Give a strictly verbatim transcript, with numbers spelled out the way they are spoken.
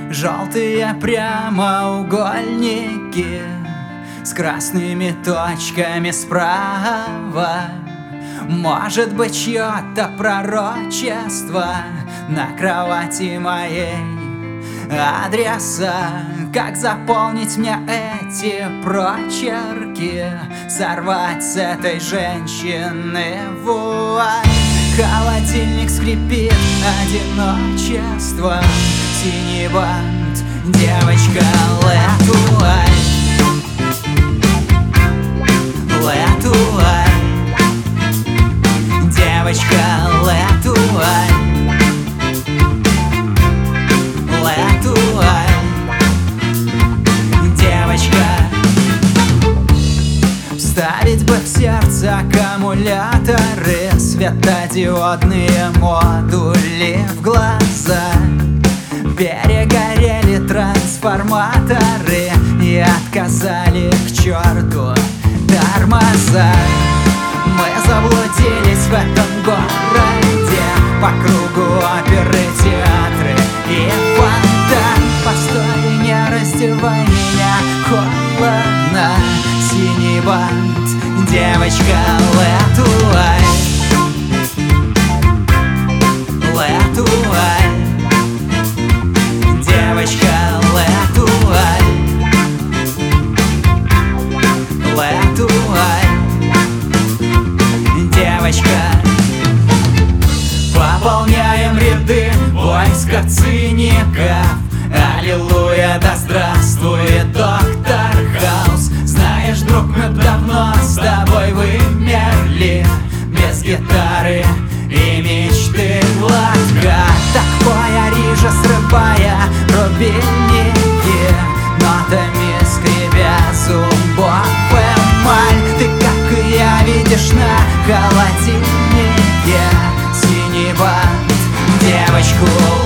Желтые прямоугольники с красными точками справа. Может быть, чье-то пророчество на кровати моей адреса. Как заполнить мне эти прочерки, сорвать с этой женщины вуаль? Холодильник скрипит одиночество, синий бант, девочка, летуаль, летуаль, девочка, летуаль, летуаль, девочка. Вставить бы в сердце аккумуляторы, светодиодные модули в глаза. Перегорели трансформаторы и отказали к черту тормоза. Мы заблудились в этом городе, по кругу оперы, театры и фонтан. Постой, не раздевай меня, холодно, синий бант, девочка, летуаль, летуаль, девочка, летуаль, летуаль, девочка. Пополняем ряды войска циников. Аллилуйя, да здравствует доктор Хаус. Знаешь, друг, мы давно с тобой вымерли, без гитары и мечты гладко. Так пояри же, срывая рубильники, нотами скребя зубов эмаль. Ты, как и я, видишь на холодильнике синий бант, девочку